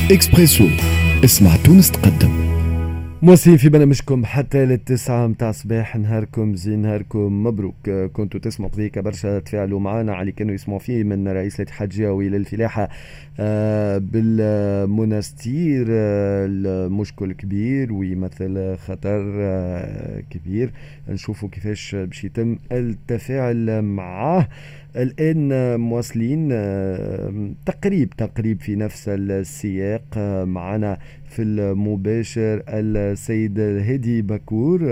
إكسبريسو، اسمع تونس تقدم. موصلين في برنامجكم حتى للتسعة متاع صباح. نهاركم زين، نهاركم مبروك. كنتوا تسمعوا بذيك برشا تفاعلوا معنا على كانوا يسمعوا فيه من رئيس الاتحاد الجهوي للفلاحة بالمنستير. المشكل كبير ويمثل خطر كبير. نشوفوا كيفاش باش يتم التفاعل معاه. الآن مواصلين تقريب في نفس السياق. معنا في المباشر السيد هادي بكور،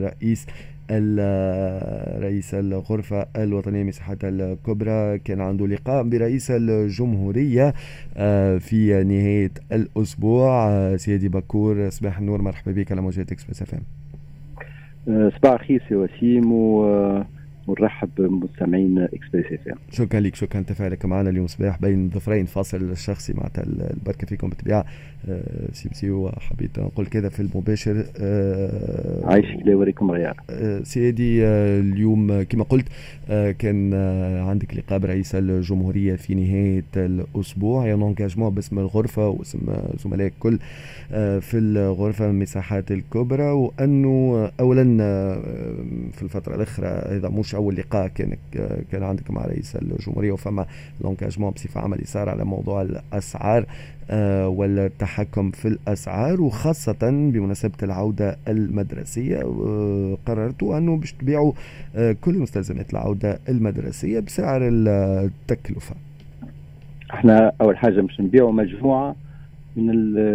رئيس الغرفة الوطنية للمساحات الكبرى. كان عنده لقاء برئيس الجمهورية في نهاية الأسبوع. سيدي بكور، صباح النور، مرحبا بك على موجات إكسبريس FM. صباح الخير سي وسيم ونرحب بمستمعين إكسبريس FM. شكرا لك، شكرا تفاعلك معنا اليوم صباح بين ظفرين، فاصل الشخصي مع البركة فيكم بالطبيعة. سي وحبيت نقول كذا في المباشر. عايش لا يوريكم غيار. سيدي، اليوم كما قلت كان عندك لقاء برئيس الجمهورية في نهاية الأسبوع. يعني انجاجمون باسم الغرفة واسم زملائك كل في الغرفة المساحات الكبرى، وأنه أولا في الفترة الأخرى هذا مش أول لقاء كان عندك مع رئيس الجمهورية، وفما الانجاجمون بصفة عملية صار على موضوع الأسعار والتحكم في الأسعار، وخاصة بمناسبة العودة المدرسية. قررتوا أنه باش تبيعوا كل مستلزمات العودة المدرسية بسعر التكلفة. احنا أول حاجة باش نبيعوا مجموعة من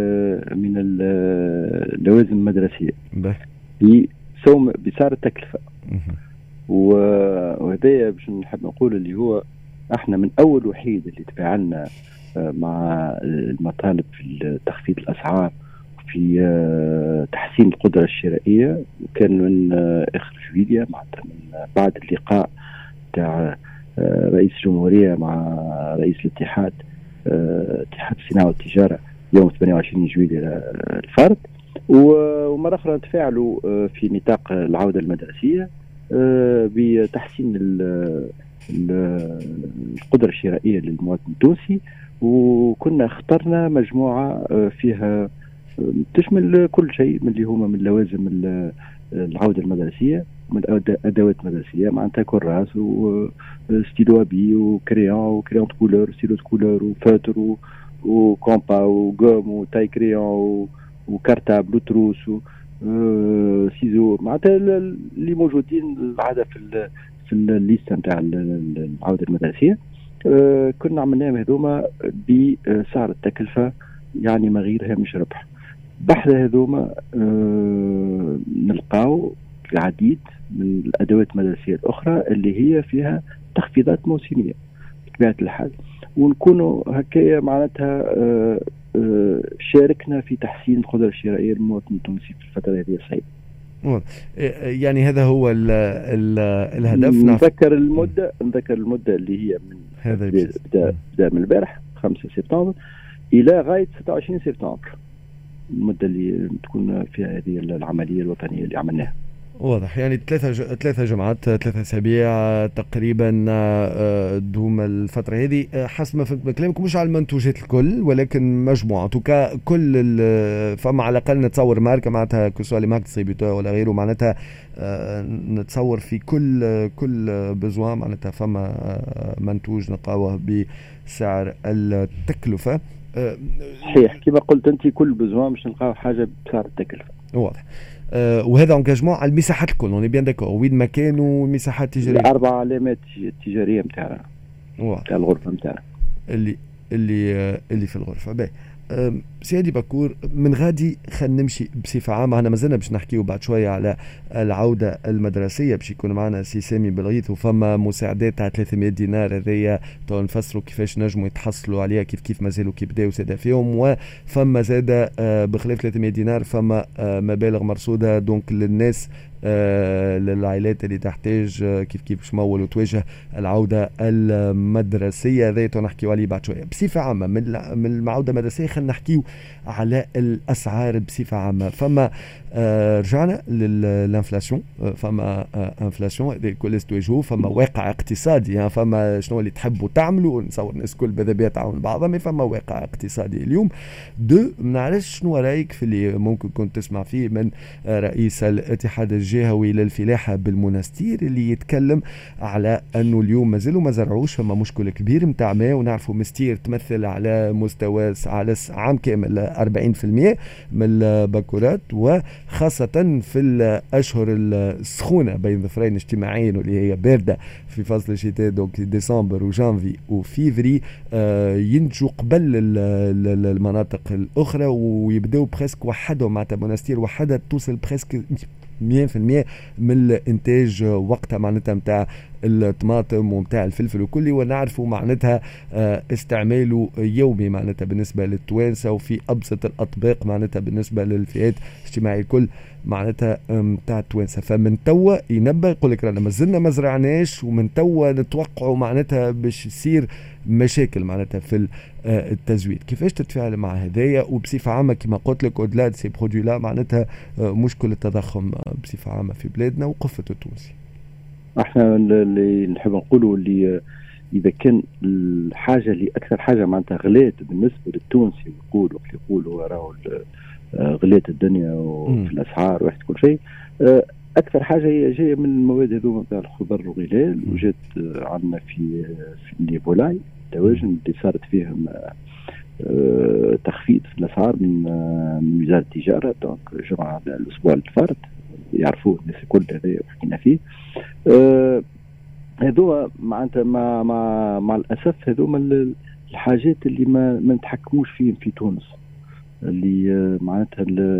اللوازم المدرسية بسعر التكلفة. وهذا باش نحب نقول اللي هو احنا من أول وحيد اللي تفاعلنا مع المطالب في تخفيض الأسعار وفي تحسين القدرة الشرائية. وكان من آخر جويلية معناتها من بعد اللقاء تاع رئيس الجمهورية مع رئيس الاتحاد، اتحاد الصناعة والتجارة، يوم 28 جويلية الفرد. ومرة أخرى نتفاعلوا في نطاق العودة المدرسية بتحسين القدرة الشرائية للمواطن التونسي. وكنا اخترنا مجموعة فيها تشمل كل شيء من اللي هما من لوازم العودة المدرسية، من أدوات مدرسية معناتها كراس وستيلو أبي وكريون كولور، ستيلو كولور وفاتر وكومبا وقوم وتاي كريون وكارتابل وتروس سيزو، معناتها اللي موجودين العادة في الليستة نتاع العودة المدرسية. كنا عملناهم هذوما بسعر التكلفة، يعني ما غير هامش ربح. بحث هذوما نلقاو العديد من الأدوات المدرسية الأخرى اللي هي فيها تخفيضات موسمية بطبيعة الحال، ونكونوا هكايا معناتها شاركنا في تحسين القدرة الشرائية للمواطن التونسي في الفترة هذه الصعيبة. يعني هذا هو الهدف. نذكر المدة اللي هي من بدأ من البارح 5 سبتمبر إلى غاية 26 سبتمبر، المدة اللي تكون فيها هذه العملية الوطنية اللي عملناها. واضح، يعني ثلاثة جمعات، 3 أسابيع تقريبا دوم الفترة هذه. حسب ما فهمت من كلامكم مش على المنتوجات الكل، ولكن مجموعة كل فما على الأقل نتصور ماركة معناتها كسوا لي مارك ديستريبيوتور ولا غيره، معناتها نتصور في كل بزوان معناتها فما منتوج نلقاوه بسعر التكلفة. صحيح كما قلت أنت، كل بزوان مش نلقاو حاجة بسعر التكلفة. واضح. وهذا انجاجمون على المساحات الكل، اون بيان داكور، وين ما كانوا المساحات التجاريه، ال4 علامات التجاريه نتاعنا تاع الغرفه نتاعنا اللي في الغرفه. باهي سيدي بكور، من غادي خلينا نمشي بصفه عامه. احنا مازلنا باش نحكيو بعد شويه على العوده المدرسيه، باش يكون معنا سي سامي بالغيث، وفما مساعدات تاع 300 دينار هذيا تو نفسروا كيفاش نجموا يتحصلوا عليها، كيف مازالوا كي بداوا زاده فيهم. وفما زاده بخلاف 300 دينار فما مبالغ مرصوده دونك للناس، للعائلات اللي تحتاج كيف باش مول وتواجه العوده المدرسيه. هذا نحكيو عليه بعد شويه. بصفه عامه من العوده المدرسيه خلينا نحكيو على الأسعار بصفة عامة. فما رجعنا للانفلاسيون، فما انفلاسيون هذا الكل تواجهوه، فما واقع اقتصادي يعني، فما شنو اللي تحبوا تعملوا، نصور الناس الكل بذا بيا تعاون بعضها، مي فما واقع اقتصادي اليوم. دو منعرفش شنو رايك في اللي ممكن كنت تسمع فيه من رئيس الاتحاد الجهوي للفلاحة بالمنستير، اللي يتكلم على انه اليوم مازالوا ما زرعوش، فما مشكل كبير متاع ماء، ونعرفوا مستير تمثل على مستوى على عام كامل 40% من الباكورات، وخاصة في الأشهر السخونة بين ظفرين اجتماعيين واللي هي باردة في فصل الشتاء، دونك ديسمبر وجانفي وفيفري، ينتجوا قبل المناطق الأخرى ويبدأوا بريسك وحدهم معناتها منستير وحدها توصل بريسك 100% من الانتاج وقتها معناتها متاع الطماطم ومتاع الفلفل وكل، ونعرفوا معناتها استعماله يومي معناتها بالنسبه للتوانسه، وفي ابسط الاطباق معناتها بالنسبه للفئات الاجتماعيه الكل معناتها متاع التوانسه. فمن توا ينبه يقول لك رانا مازلنا ما زرعناش، ومن توا نتوقعوا معناتها باش يصير مشاكل معناتها في التزويد. كيفاش تتفاعل مع هدايا؟ وبصفه عامه كما قلت لك اودلا سي برودوي لا معناتها مشكل التضخم بصفه عامه في بلادنا وقفه التونسي. احنا اللي نحب نقوله اللي اذا كان الحاجه اللي اكثر حاجه معناتها غلات بالنسبه للتونسي، يقولوا راهو غلات الدنيا وفي الاسعار واحد كل شيء، اكثر حاجه هي جايه من المواد هذوما نتاع الخضر والغلال، وجات عندنا في النيبولاي الدواجن اللي صارت فيهم تخفيض في الاسعار من وزاره التجاره. دونك جمعه الاسبوع اللي فات يعرفوه الناس الكل هذا وحكينا فيه. هذوما معناتها مع الاسف هذوما الحاجات اللي ما نتحكموش فيهم في تونس، اللي معناتها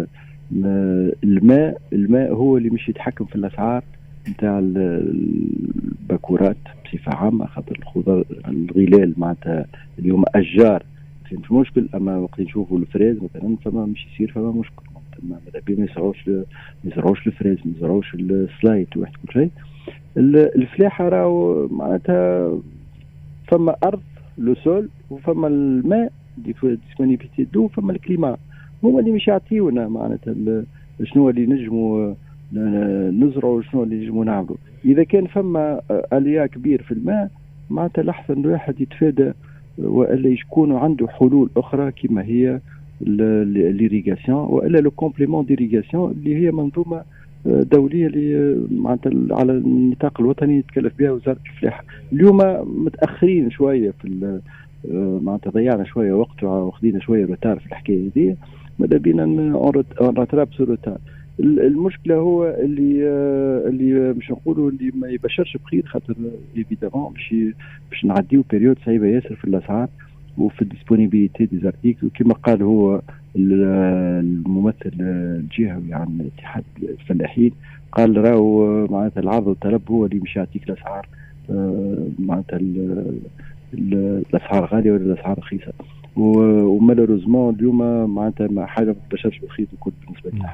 الماء هو اللي مش يتحكم في الاسعار نتاع الباكورات بصفه عامه، خاطر الخضر الغلال معناتها اليوم اشجار مش مشكل، اما وقت نشوفوا الفريز مثلا فما مش يصير فما مشكل، ماذا بيا ما يزرعوش الفريز، ما يزرعوش السلايد واحد كل شيء. الفلاحه راهو معناتها فما ارض لو سول وفما الماء ديسبونيبيتي دو، فما الكليما هما اللي مش يعطيونا معناتها شنو اللي نجموا نزرعوا شنو اللي نجموا نعملوا. اذا كان فما اليا كبير في الماء معناتها الاحسن الواحد يتفادى، والا يكونوا عنده حلول اخرى كما هي ليريغاسيون والا لو كومبليمون ديريغاسيون اللي هي منظومه دوليه اللي معناتها على النطاق الوطني يتكلف بها وزاره الفلاحه. اليوم متاخرين شويه في معناتها ضيعنا شويه وقت واخذين شويه روتار في الحكايه هذه، ماذا بينا نراتراب سو روتار. المشكله هو اللي مش نقولوا اللي ما يبشرش بخير، خاطر ايفيدامون باش نعديو بيريود صعيبه ياسر في الاسعار وفي الديسبونيبيليتي دي زارتيكل. كما قال هو الممثل الجهوي عن اتحاد الفلاحين، قال راهو معناتها العرض والطلب هو اللي مش يعطيك الاسعار، معناتها الاسعار غاليه ولا الاسعار رخيصه، ومالوروزمون اليوم معناتها حاجه ما تبشرش بخير الكل بالنسبه لنا.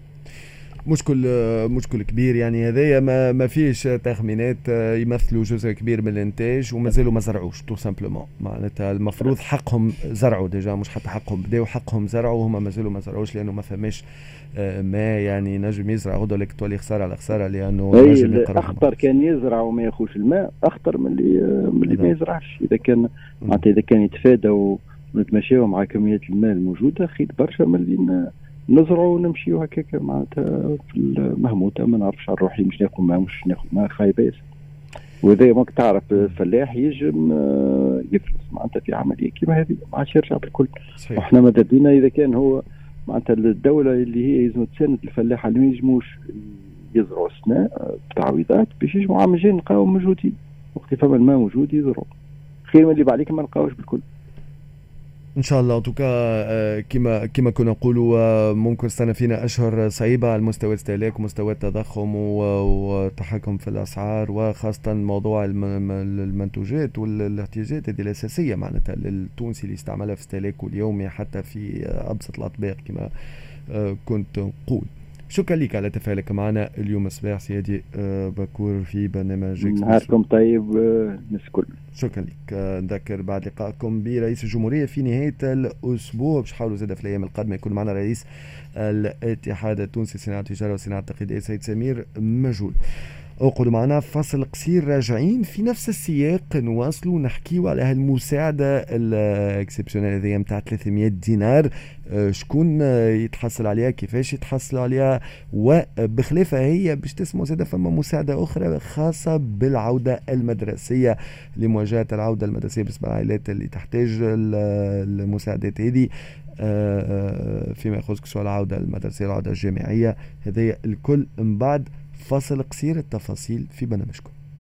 مشكل كبير يعني. هذايا ما فيش تخمينات، يمثلوا جزء كبير من الانتاج ومازالوا ما زرعوش تو سامبلومون. معناتها المفروض حقهم زرعوا ديجا، مش حتى حقهم بداوا، حقهم زرعوا وهم مازالوا ما زرعوش لانه ما فماش ما يعني نجم يزرع غدوه لك تولي خساره على خساره، لانه نجم يقرب. اخطر كان يزرع وما ياخذش الماء اخطر من اللي ما يزرعش. اذا كان معناتها اذا كان يتفادى ونتماشاو مع كميات الماء الموجوده خير برشا من اللي نزرعوا ونمشيو هكاك معناتها في المهموته، ما نعرفش على روحي مش ناخذ ماء مش ناخذ ماء خايبه ياسر. واذا ماك تعرف الفلاح يجم يفلس معناتها في عمليه كيما هذه ما عادش يرجع بالكل. واحنا ماذا بينا اذا كان هو معناتها الدوله اللي هي لازم تساند الفلاحه اللي ما يجموش يزرعوا السنه بتعويضات باش يجمعوا عام جاي نلقاو موجودين، وقت فما الماء موجود يزرعوا خير من اللي بعديك ما نلقاوش بالكل ان شاء الله. توكا كما كنا نقولوا ممكن استنى فينا اشهر صعيبه على مستوى الاستهلاك ومستوى التضخم والتحكم في الاسعار، وخاصه موضوع المنتوجات والاحتياجات هذه الاساسيه معناتها للتونسي اللي يستعملها في استهلاكه اليومي حتى في ابسط الاطباق كما كنت نقول. شكرا لك على تفاعلك معنا اليوم الصباح سيدي بكور في برنامج نهاركم طيب الناس الكل. شكرا لك. نذكر بعد لقائكم برئيس الجمهورية في نهاية الأسبوع باش نحاولوا زاد في الأيام القادمة يكون معنا رئيس الاتحاد التونسي لصناعة التجارة وصناعة التقليدية سيد سمير مجهول. اقعدوا معنا فصل قصير، راجعين في نفس السياق نواصلوا نحكيوا على هالمساعدة الاكسبسيونيل هذه متاع 300 دينار، شكون يتحصل عليها، كيفاش يتحصلوا عليها، وبخلافها هي باش تسمعوا زاد فما مساعدة أخرى خاصة بالعودة المدرسية لمواجهة العودة المدرسية بالنسبة للعائلات اللي تحتاج المساعدات هذه فيما يخص سواء العودة المدرسية العودة الجامعية. هذه الكل من بعد فاصل قصير، التفاصيل في برنامجكم.